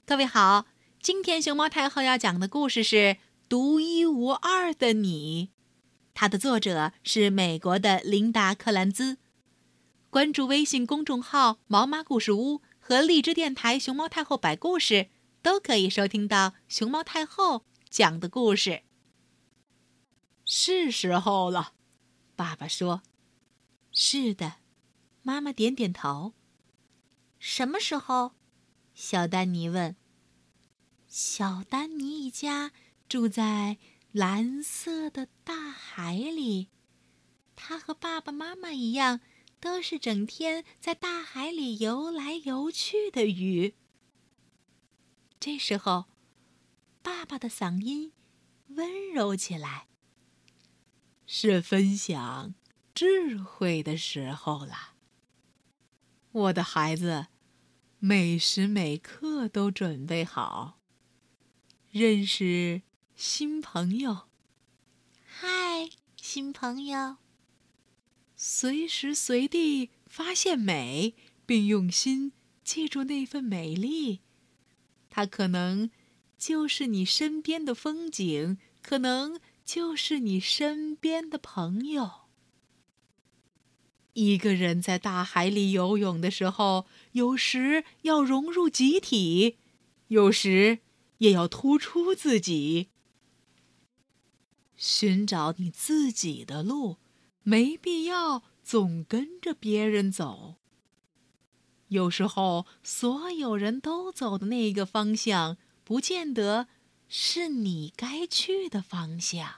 各位好，今天熊猫太后要讲的故事是《独一无二的你》，它的作者是美国的琳达·克兰兹。关注微信公众号“毛妈故事屋”和荔枝电台“熊猫太后摆故事”，都可以收听到熊猫太后讲的故事。是时候了，爸爸说。是的，妈妈点点头。什么时候？小丹尼问。小丹尼一家住在蓝色的大海里，他和爸爸妈妈一样，都是整天在大海里游来游去的鱼。这时候，爸爸的嗓音温柔起来。是分享智慧的时候了，我的孩子，每时每刻都准备好认识新朋友。嗨，新朋友。随时随地发现美，并用心记住那份美丽。它可能就是你身边的风景，可能就是你身边的朋友。一个人在大海里游泳的时候，有时要融入集体，有时也要突出自己。寻找你自己的路，没必要总跟着别人走。有时候，所有人都走的那个方向，不见得是你该去的方向。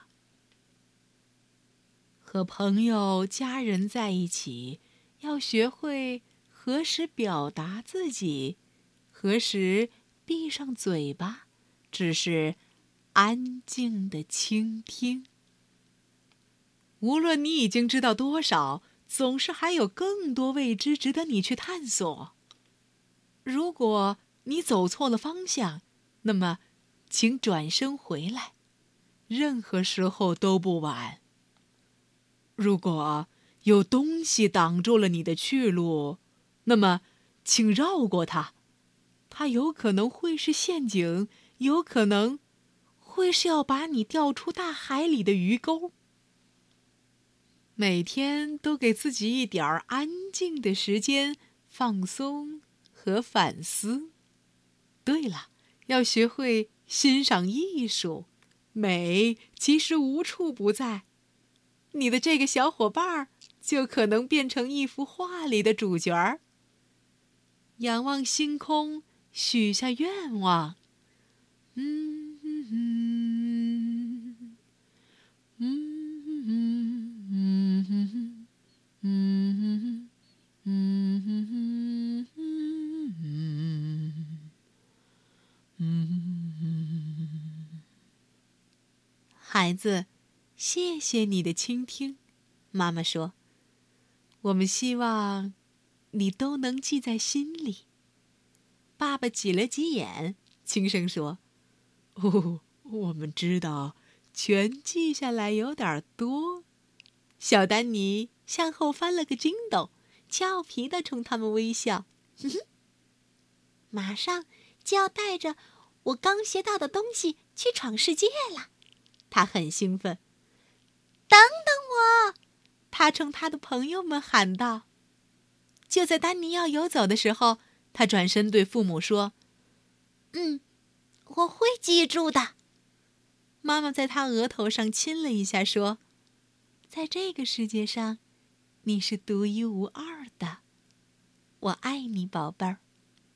和朋友、家人在一起，要学会何时表达自己，何时闭上嘴巴，只是安静地倾听。无论你已经知道多少，总是还有更多未知值得你去探索。如果你走错了方向，那么请转身回来，任何时候都不晚。如果有东西挡住了你的去路，那么请绕过它。它有可能会是陷阱，有可能会是要把你掉出大海里的鱼钩。每天都给自己一点儿安静的时间，放松和反思。对了，要学会欣赏艺术，美其实无处不在。你的这个小伙伴就可能变成一幅画里的主角儿。仰望星空，许下愿望。孩子，谢谢你的倾听，妈妈说。我们希望你都能记在心里。爸爸挤了挤眼，轻声说：“哦，我们知道，全记下来有点多。”小丹尼向后翻了个筋斗，俏皮地冲他们微笑。哼哼，马上就要带着我刚学到的东西去闯世界了，他很兴奋。等等我！他冲他的朋友们喊道。就在丹尼要游走的时候，他转身对父母说：“我会记住的。”妈妈在他额头上亲了一下，说：“在这个世界上，你是独一无二的。我爱你，宝贝儿。”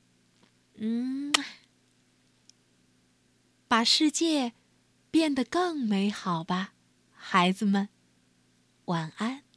把世界变得更美好吧，孩子们，晚安。